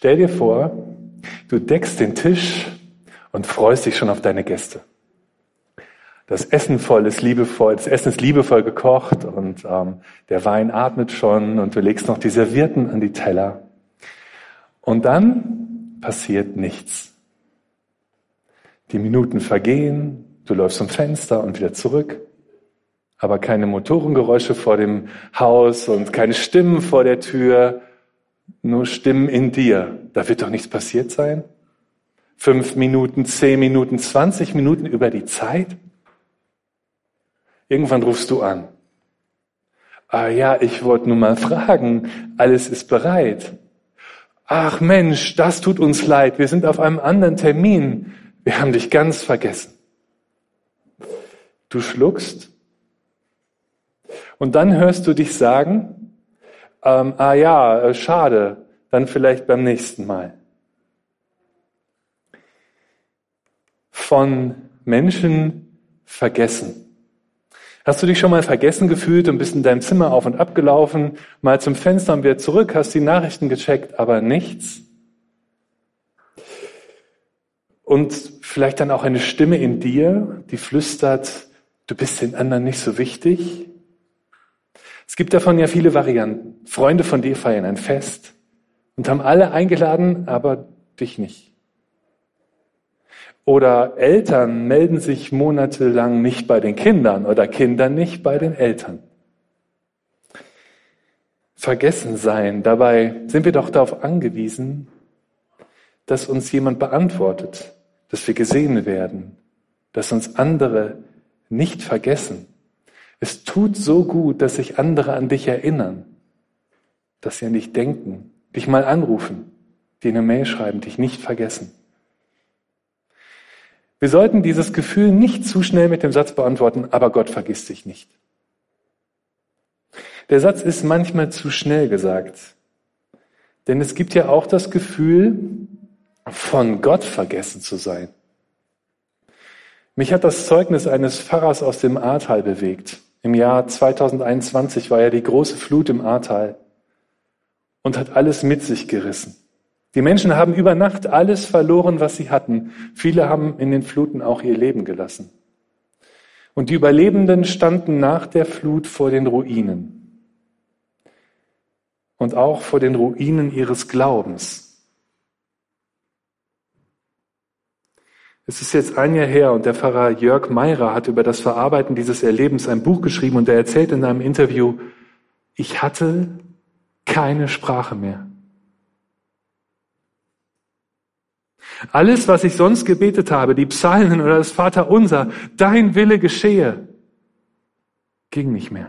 Stell dir vor, du deckst den Tisch und freust dich schon auf deine Gäste. Das Essen ist liebevoll gekocht und der Wein atmet schon und du legst noch die Servietten an die Teller. Und dann passiert nichts. Die Minuten vergehen, du läufst zum Fenster und wieder zurück, aber keine Motorengeräusche vor dem Haus und keine Stimmen vor der Tür, nur Stimmen in dir. Da wird doch nichts passiert sein? 5 Minuten, 10 Minuten, 20 Minuten über die Zeit? Irgendwann rufst du an. Ah ja, ich wollte nur mal fragen, alles ist bereit. Ach Mensch, das tut uns leid, wir sind auf einem anderen Termin. Wir haben dich ganz vergessen. Du schluckst und dann hörst du dich sagen, schade, dann vielleicht beim nächsten Mal. Von Menschen vergessen. Hast du dich schon mal vergessen gefühlt und bist in deinem Zimmer auf und ab gelaufen, mal zum Fenster und wieder zurück, hast die Nachrichten gecheckt, aber nichts? Und vielleicht dann auch eine Stimme in dir, die flüstert, du bist den anderen nicht so wichtig? Es gibt davon ja viele Varianten. Freunde von dir feiern ein Fest und haben alle eingeladen, aber dich nicht. Oder Eltern melden sich monatelang nicht bei den Kindern oder Kinder nicht bei den Eltern. Vergessen sein, dabei sind wir doch darauf angewiesen, dass uns jemand beantwortet, dass wir gesehen werden, dass uns andere nicht vergessen. Es tut so gut, dass sich andere an dich erinnern, dass sie an dich denken, dich mal anrufen, dir eine Mail schreiben, dich nicht vergessen. Wir sollten dieses Gefühl nicht zu schnell mit dem Satz beantworten, aber Gott vergisst dich nicht. Der Satz ist manchmal zu schnell gesagt, denn es gibt ja auch das Gefühl, von Gott vergessen zu sein. Mich hat das Zeugnis eines Pfarrers aus dem Ahrtal bewegt. Im Jahr 2021 war ja die große Flut im Ahrtal und hat alles mit sich gerissen. Die Menschen haben über Nacht alles verloren, was sie hatten. Viele haben in den Fluten auch ihr Leben gelassen. Und die Überlebenden standen nach der Flut vor den Ruinen. Und auch vor den Ruinen ihres Glaubens. Es ist jetzt ein Jahr her und der Pfarrer Jörg Meirer hat über das Verarbeiten dieses Erlebens ein Buch geschrieben und er erzählt in einem Interview, ich hatte keine Sprache mehr. Alles, was ich sonst gebetet habe, die Psalmen oder das Vaterunser, dein Wille geschehe, ging nicht mehr.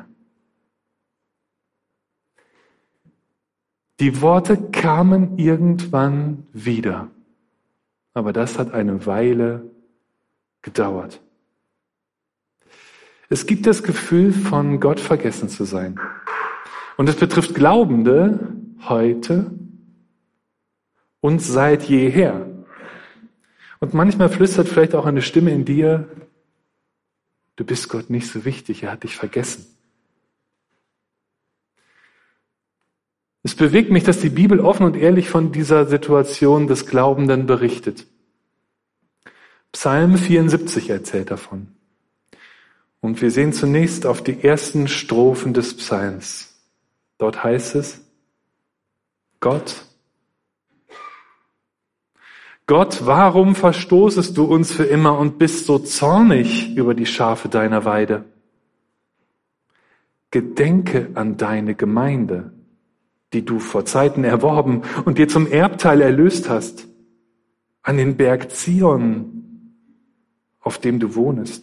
Die Worte kamen irgendwann wieder, aber das hat eine Weile gedauert. Es gibt das Gefühl, von Gott vergessen zu sein. Und es betrifft Glaubende heute und seit jeher. Und manchmal flüstert vielleicht auch eine Stimme in dir, du bist Gott nicht so wichtig, er hat dich vergessen. Es bewegt mich, dass die Bibel offen und ehrlich von dieser Situation des Glaubenden berichtet. Psalm 74 erzählt davon. Und wir sehen zunächst auf die ersten Strophen des Psalms. Dort heißt es, Gott, warum verstoßest du uns für immer und bist so zornig über die Schafe deiner Weide? Gedenke an deine Gemeinde, die du vor Zeiten erworben und dir zum Erbteil erlöst hast, an den Berg Zion, auf dem du wohnest.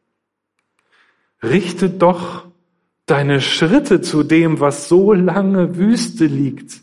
Richte doch deine Schritte zu dem, was so lange Wüste liegt.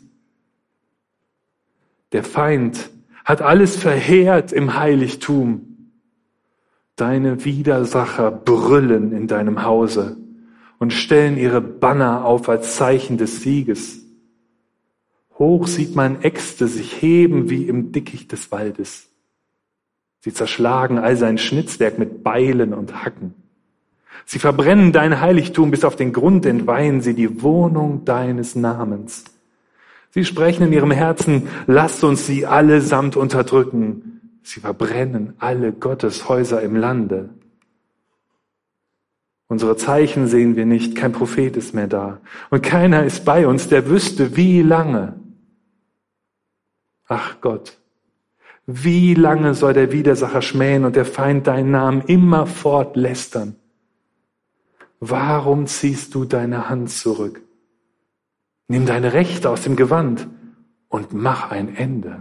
Der Feind hat alles verheert im Heiligtum. Deine Widersacher brüllen in deinem Hause und stellen ihre Banner auf als Zeichen des Sieges. Hoch sieht man Äxte sich heben wie im Dickicht des Waldes. Sie zerschlagen all sein Schnitzwerk mit Beilen und Hacken. Sie verbrennen dein Heiligtum bis auf den Grund, entweihen sie die Wohnung deines Namens. Sie sprechen in ihrem Herzen, lasst uns sie allesamt unterdrücken. Sie verbrennen alle Gotteshäuser im Lande. Unsere Zeichen sehen wir nicht, kein Prophet ist mehr da. Und keiner ist bei uns, der wüsste, wie lange. Ach Gott, wie lange soll der Widersacher schmähen und der Feind deinen Namen immerfort lästern? Warum ziehst du deine Hand zurück? Nimm deine Rechte aus dem Gewand und mach ein Ende.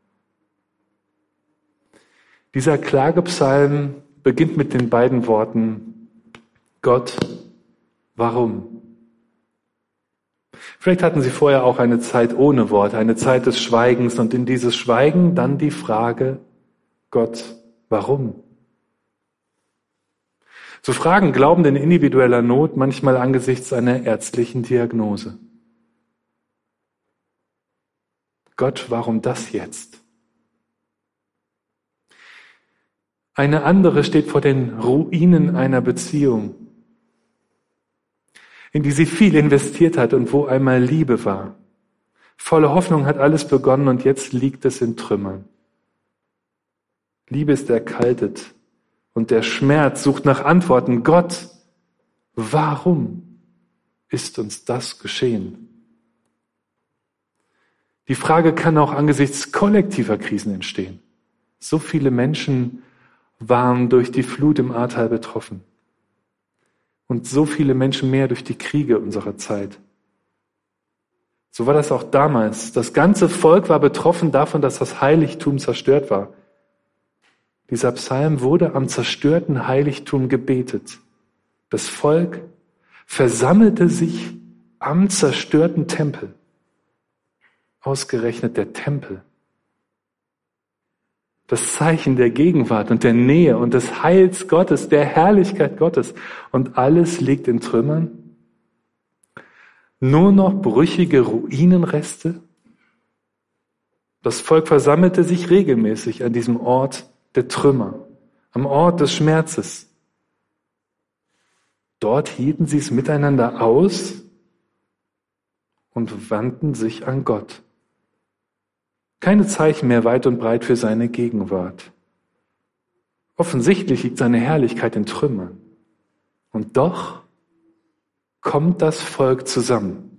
Dieser Klagepsalm beginnt mit den beiden Worten, Gott, warum? Vielleicht hatten Sie vorher auch eine Zeit ohne Wort, eine Zeit des Schweigens und in dieses Schweigen dann die Frage, Gott, warum? Zu fragen Glauben in individueller Not, manchmal angesichts einer ärztlichen Diagnose. Gott, warum das jetzt? Eine andere steht vor den Ruinen einer Beziehung, in die sie viel investiert hat und wo einmal Liebe war. Volle Hoffnung hat alles begonnen und jetzt liegt es in Trümmern. Liebe ist erkaltet und der Schmerz sucht nach Antworten. Gott, warum ist uns das geschehen? Die Frage kann auch angesichts kollektiver Krisen entstehen. So viele Menschen waren durch die Flut im Ahrtal betroffen. Und so viele Menschen mehr durch die Kriege unserer Zeit. So war das auch damals. Das ganze Volk war betroffen davon, dass das Heiligtum zerstört war. Dieser Psalm wurde am zerstörten Heiligtum gebetet. Das Volk versammelte sich am zerstörten Tempel. Ausgerechnet der Tempel. Das Zeichen der Gegenwart und der Nähe und des Heils Gottes, der Herrlichkeit Gottes. Und alles liegt in Trümmern. Nur noch brüchige Ruinenreste. Das Volk versammelte sich regelmäßig an diesem Ort der Trümmer, am Ort des Schmerzes. Dort hielten sie es miteinander aus und wandten sich an Gott. Keine Zeichen mehr weit und breit für seine Gegenwart. Offensichtlich liegt seine Herrlichkeit in Trümmern. Und doch kommt das Volk zusammen.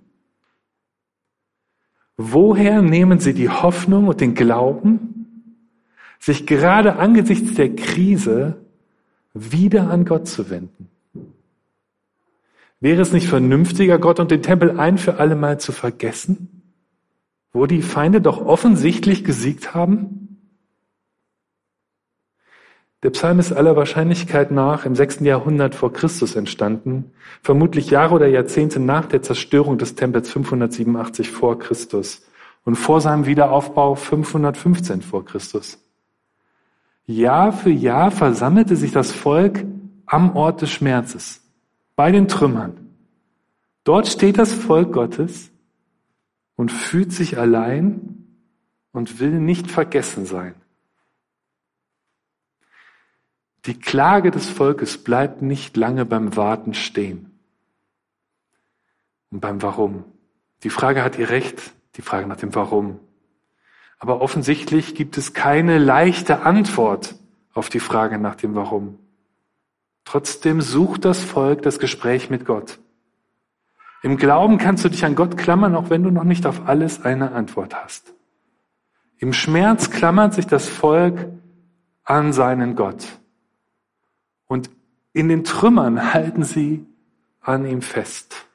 Woher nehmen sie die Hoffnung und den Glauben, sich gerade angesichts der Krise wieder an Gott zu wenden? Wäre es nicht vernünftiger, Gott und den Tempel ein für alle Mal zu vergessen? Wo die Feinde doch offensichtlich gesiegt haben? Der Psalm ist aller Wahrscheinlichkeit nach im 6. Jahrhundert vor Christus entstanden, vermutlich Jahre oder Jahrzehnte nach der Zerstörung des Tempels 587 vor Christus und vor seinem Wiederaufbau 515 vor Christus. Jahr für Jahr versammelte sich das Volk am Ort des Schmerzes, bei den Trümmern. Dort steht das Volk Gottes und fühlt sich allein und will nicht vergessen sein. Die Klage des Volkes bleibt nicht lange beim Warten stehen. Und beim Warum. Die Frage hat ihr Recht, die Frage nach dem Warum. Aber offensichtlich gibt es keine leichte Antwort auf die Frage nach dem Warum. Trotzdem sucht das Volk das Gespräch mit Gott. Im Glauben kannst du dich an Gott klammern, auch wenn du noch nicht auf alles eine Antwort hast. Im Schmerz klammert sich das Volk an seinen Gott. Und in den Trümmern halten sie an ihm fest.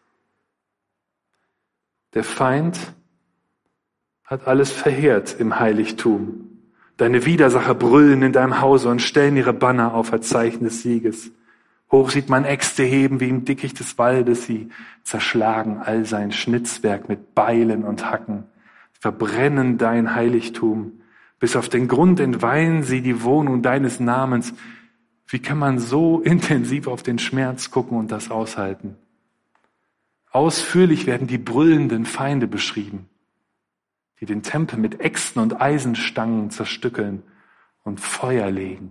Der Feind hat alles verheert im Heiligtum. Deine Widersacher brüllen in deinem Hause und stellen ihre Banner auf als Zeichen des Sieges. Hoch sieht man Äxte heben wie im Dickicht des Waldes. Sie zerschlagen all sein Schnitzwerk mit Beilen und Hacken, verbrennen dein Heiligtum. Bis auf den Grund entweihen sie die Wohnung deines Namens. Wie kann man so intensiv auf den Schmerz gucken und das aushalten? Ausführlich werden die brüllenden Feinde beschrieben, die den Tempel mit Äxten und Eisenstangen zerstückeln und Feuer legen.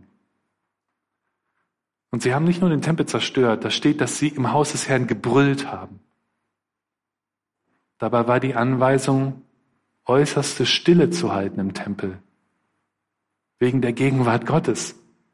Und sie haben nicht nur den Tempel zerstört, da steht, dass sie im Haus des Herrn gebrüllt haben. Dabei war die Anweisung, äußerste Stille zu halten im Tempel, wegen der Gegenwart Gottes.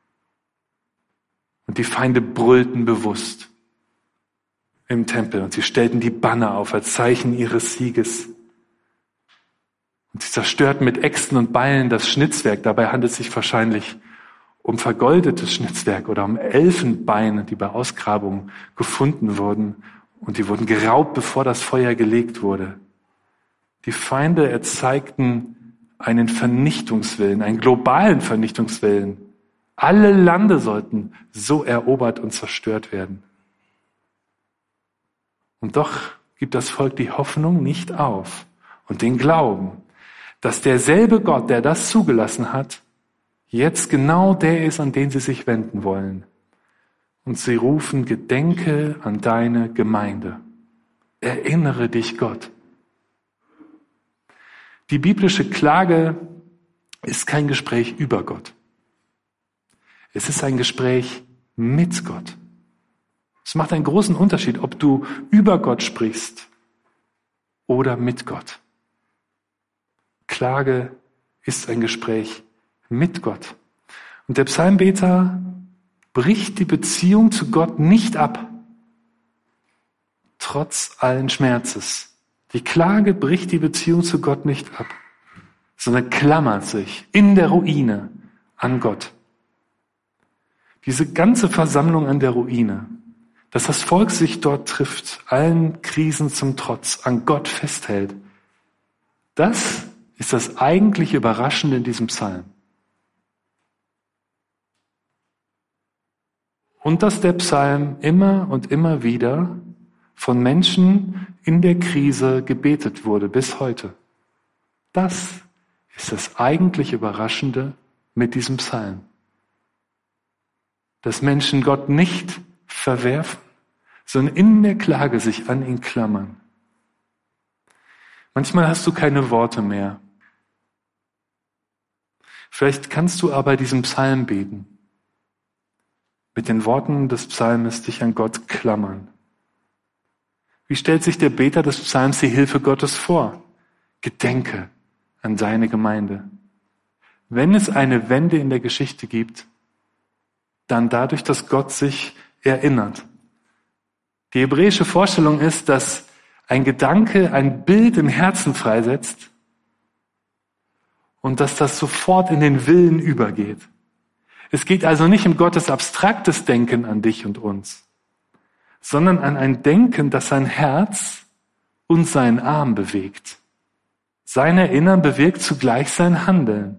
Und die Feinde brüllten bewusst im Tempel und sie stellten die Banner auf als Zeichen ihres Sieges. Und sie zerstörten mit Äxten und Beilen das Schnitzwerk. Dabei handelt es sich wahrscheinlich um vergoldetes Schnitzwerk oder um Elfenbeine, die bei Ausgrabungen gefunden wurden. Und die wurden geraubt, bevor das Feuer gelegt wurde. Die Feinde erzeigten einen Vernichtungswillen, einen globalen Vernichtungswillen. Alle Lande sollten so erobert und zerstört werden. Und doch gibt das Volk die Hoffnung nicht auf und den Glauben, dass derselbe Gott, der das zugelassen hat, jetzt genau der ist, an den sie sich wenden wollen. Und sie rufen, gedenke an deine Gemeinde. Erinnere dich, Gott. Die biblische Klage ist kein Gespräch über Gott. Es ist ein Gespräch mit Gott. Es macht einen großen Unterschied, ob du über Gott sprichst oder mit Gott. Klage ist ein Gespräch mit Gott. Und der Psalmbeter bricht die Beziehung zu Gott nicht ab, trotz allen Schmerzes. Die Klage bricht die Beziehung zu Gott nicht ab, sondern klammert sich in der Ruine an Gott. Diese ganze Versammlung an der Ruine, dass das Volk sich dort trifft, allen Krisen zum Trotz, an Gott festhält, das ist das eigentlich Überraschende in diesem Psalm. Und dass der Psalm immer und immer wieder von Menschen in der Krise gebetet wurde, bis heute. Das ist das eigentlich Überraschende mit diesem Psalm. Dass Menschen Gott nicht verwerfen, sondern in der Klage sich an ihn klammern. Manchmal hast du keine Worte mehr. Vielleicht kannst du aber diesen Psalm beten. Mit den Worten des Psalmes dich an Gott klammern. Wie stellt sich der Beter des Psalms die Hilfe Gottes vor? Gedenke an deine Gemeinde. Wenn es eine Wende in der Geschichte gibt, dann dadurch, dass Gott sich erinnert. Die hebräische Vorstellung ist, dass ein Gedanke ein Bild im Herzen freisetzt und dass das sofort in den Willen übergeht. Es geht also nicht um Gottes abstraktes Denken an dich und uns, sondern an ein Denken, das sein Herz und seinen Arm bewegt. Sein Erinnern bewirkt zugleich sein Handeln.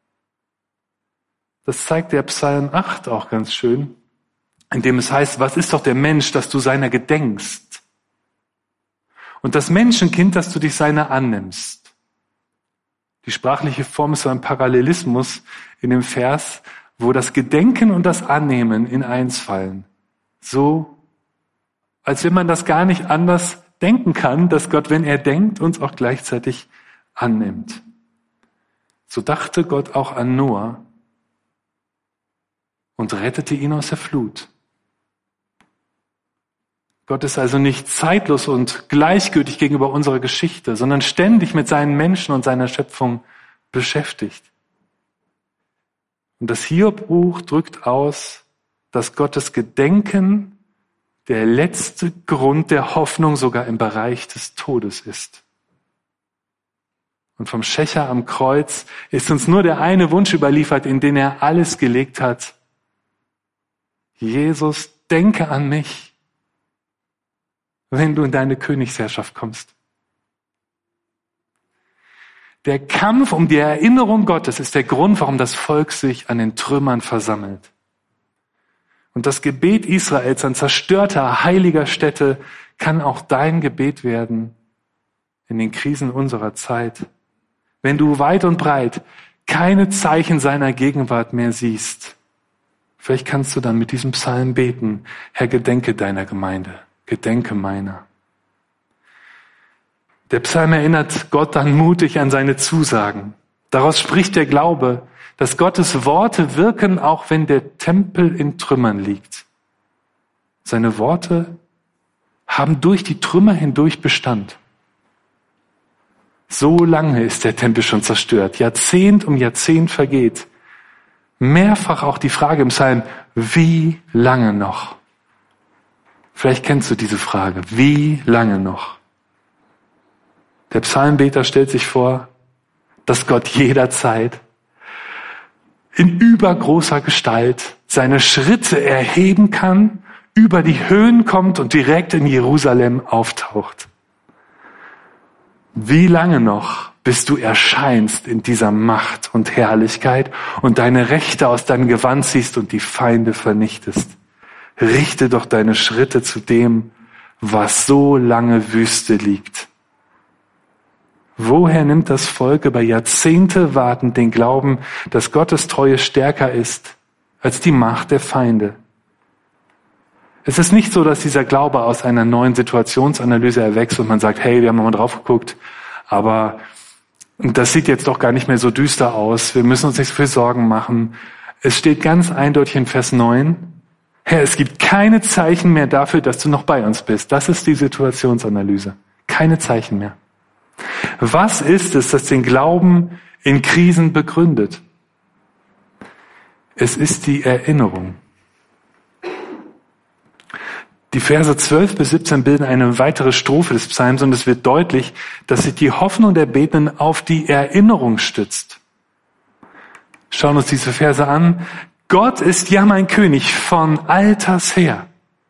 Das zeigt der Psalm 8 auch ganz schön, in dem es heißt, was ist doch der Mensch, dass du seiner gedenkst? Und das Menschenkind, dass du dich seiner annimmst. Die sprachliche Form ist so ein Parallelismus in dem Vers, wo das Gedenken und das Annehmen in eins fallen. So, als wenn man das gar nicht anders denken kann, dass Gott, wenn er denkt, uns auch gleichzeitig annimmt. So dachte Gott auch an Noah und rettete ihn aus der Flut. Gott ist also nicht zeitlos und gleichgültig gegenüber unserer Geschichte, sondern ständig mit seinen Menschen und seiner Schöpfung beschäftigt. Und das Hiob-Buch drückt aus, dass Gottes Gedenken der letzte Grund der Hoffnung sogar im Bereich des Todes ist. Und vom Schächer am Kreuz ist uns nur der eine Wunsch überliefert, in den er alles gelegt hat. Jesus, denke an mich, wenn du in deine Königsherrschaft kommst. Der Kampf um die Erinnerung Gottes ist der Grund, warum das Volk sich an den Trümmern versammelt. Und das Gebet Israels an zerstörter, heiliger Stätte kann auch dein Gebet werden in den Krisen unserer Zeit. Wenn du weit und breit keine Zeichen seiner Gegenwart mehr siehst, vielleicht kannst du dann mit diesem Psalm beten, Herr, gedenke deiner Gemeinde, gedenke meiner. Der Psalm erinnert Gott dann mutig an seine Zusagen. Daraus spricht der Glaube, dass Gottes Worte wirken, auch wenn der Tempel in Trümmern liegt. Seine Worte haben durch die Trümmer hindurch Bestand. So lange ist der Tempel schon zerstört. Jahrzehnt um Jahrzehnt vergeht. Mehrfach auch die Frage im Psalm, wie lange noch? Vielleicht kennst du diese Frage. Wie lange noch? Der Psalmbeter stellt sich vor, dass Gott jederzeit in übergroßer Gestalt seine Schritte erheben kann, über die Höhen kommt und direkt in Jerusalem auftaucht. Wie lange noch, bis du erscheinst in dieser Macht und Herrlichkeit und deine Rechte aus deinem Gewand ziehst und die Feinde vernichtest? Richte doch deine Schritte zu dem, was so lange Wüste liegt. Woher nimmt das Volk über Jahrzehnte wartend den Glauben, dass Gottes Treue stärker ist als die Macht der Feinde? Es ist nicht so, dass dieser Glaube aus einer neuen Situationsanalyse erwächst und man sagt, hey, wir haben nochmal drauf geguckt, aber das sieht jetzt doch gar nicht mehr so düster aus. Wir müssen uns nicht so viel Sorgen machen. Es steht ganz eindeutig in Vers 9, Herr, es gibt keine Zeichen mehr dafür, dass du noch bei uns bist. Das ist die Situationsanalyse. Keine Zeichen mehr. Was ist es, das den Glauben in Krisen begründet? Es ist die Erinnerung. Die Verse 12 bis 17 bilden eine weitere Strophe des Psalms und es wird deutlich, dass sich die Hoffnung der Betenden auf die Erinnerung stützt. Schauen uns diese Verse an. Gott ist ja mein König von alters her,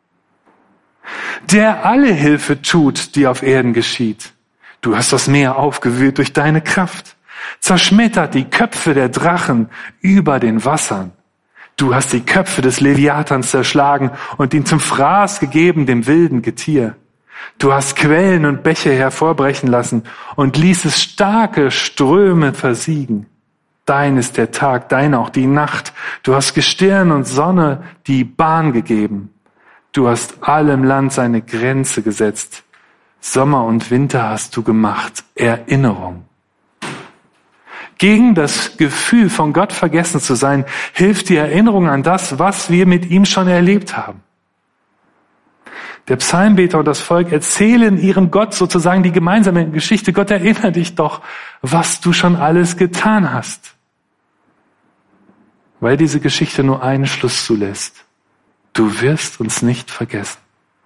der alle Hilfe tut, die auf Erden geschieht. Du hast das Meer aufgewühlt durch deine Kraft, zerschmettert die Köpfe der Drachen über den Wassern. Du hast die Köpfe des Leviathans zerschlagen und ihn zum Fraß gegeben, dem wilden Getier. Du hast Quellen und Bäche hervorbrechen lassen und ließest starke Ströme versiegen. Dein ist der Tag, dein auch die Nacht. Du hast Gestirn und Sonne die Bahn gegeben. Du hast allem Land seine Grenze gesetzt. Sommer und Winter hast du gemacht. Erinnerung. Gegen das Gefühl, von Gott vergessen zu sein, hilft die Erinnerung an das, was wir mit ihm schon erlebt haben. Der Psalmbeter und das Volk erzählen ihrem Gott sozusagen die gemeinsame Geschichte. Gott, erinnere dich doch, was du schon alles getan hast. Weil diese Geschichte nur einen Schluss zulässt. Du wirst uns nicht vergessen.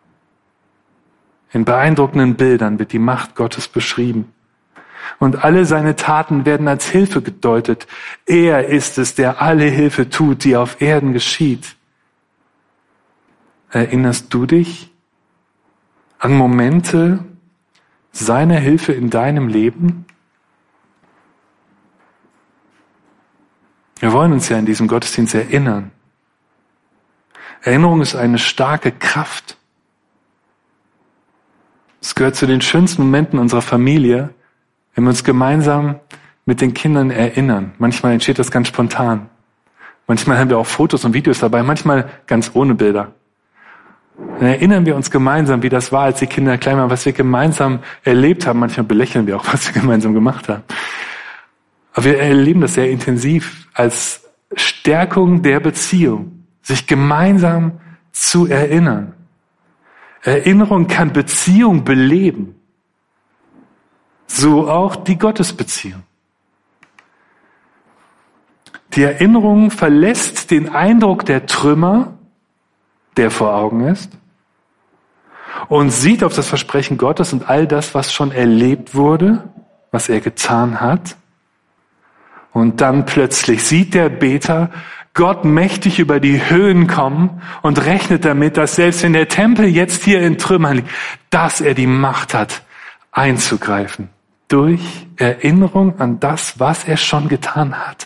In beeindruckenden Bildern wird die Macht Gottes beschrieben. Und alle seine Taten werden als Hilfe gedeutet. Er ist es, der alle Hilfe tut, die auf Erden geschieht. Erinnerst du dich an Momente seiner Hilfe in deinem Leben? Wir wollen uns ja in diesem Gottesdienst erinnern. Erinnerung ist eine starke Kraft. Es gehört zu den schönsten Momenten unserer Familie, wenn wir uns gemeinsam mit den Kindern erinnern. Manchmal entsteht das ganz spontan. Manchmal haben wir auch Fotos und Videos dabei, manchmal ganz ohne Bilder. Dann erinnern wir uns gemeinsam, wie das war, als die Kinder klein waren, was wir gemeinsam erlebt haben. Manchmal belächeln wir auch, was wir gemeinsam gemacht haben. Aber wir erleben das sehr intensiv als Stärkung der Beziehung, sich gemeinsam zu erinnern. Erinnerung kann Beziehung beleben. So auch die Gottesbeziehung. Die Erinnerung verlässt den Eindruck der Trümmer, der vor Augen ist, und sieht auf das Versprechen Gottes und all das, was schon erlebt wurde, was er getan hat. Und dann plötzlich sieht der Beter Gott mächtig über die Höhen kommen und rechnet damit, dass selbst wenn der Tempel jetzt hier in Trümmern liegt, dass er die Macht hat, einzugreifen. Durch Erinnerung an das, was er schon getan hat.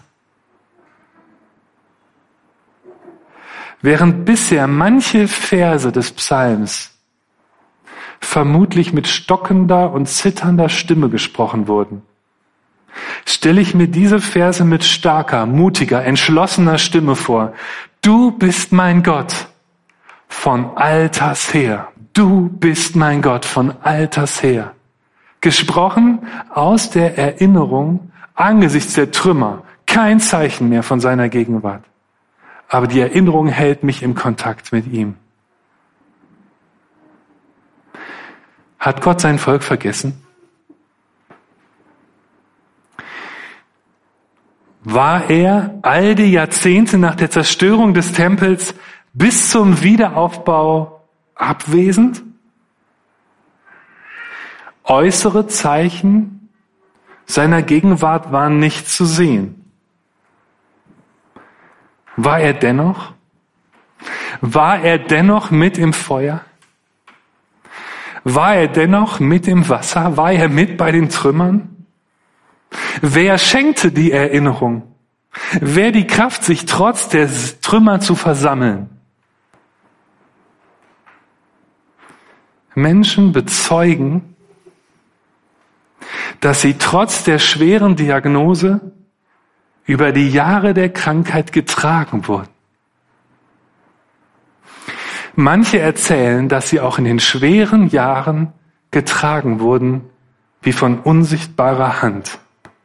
Während bisher manche Verse des Psalms vermutlich mit stockender und zitternder Stimme gesprochen wurden, stelle ich mir diese Verse mit starker, mutiger, entschlossener Stimme vor. Du bist mein Gott von alters her. Du bist mein Gott von alters her. Gesprochen aus der Erinnerung angesichts der Trümmer. Kein Zeichen mehr von seiner Gegenwart. Aber die Erinnerung hält mich im Kontakt mit ihm. Hat Gott sein Volk vergessen? war er all die Jahrzehnte nach der Zerstörung des Tempels bis zum Wiederaufbau abwesend? Äußere Zeichen seiner Gegenwart waren nicht zu sehen. War er dennoch mit im Feuer? War er dennoch mit im Wasser? War er mit bei den Trümmern? Wer schenkte die Erinnerung? Wer die Kraft, sich trotz der Trümmer zu versammeln? Menschen bezeugen, dass sie trotz der schweren Diagnose über die Jahre der Krankheit getragen wurden. Manche erzählen, dass sie auch in den schweren Jahren getragen wurden, wie von unsichtbarer Hand.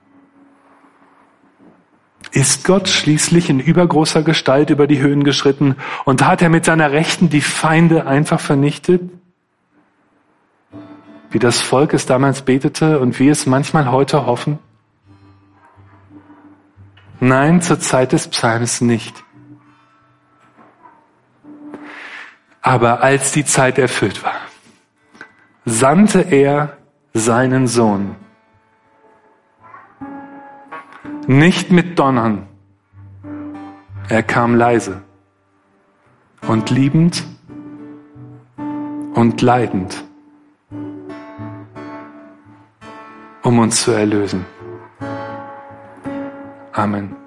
Ist Gott schließlich in übergroßer Gestalt über die Höhen geschritten und hat er mit seiner Rechten die Feinde einfach vernichtet? Wie das Volk es damals betete und wir es manchmal heute hoffen? Nein, zur Zeit des Psalms nicht. Aber als die Zeit erfüllt war, sandte er seinen Sohn. Nicht mit Donnern. Er kam leise und liebend und leidend, um uns zu erlösen. Amen.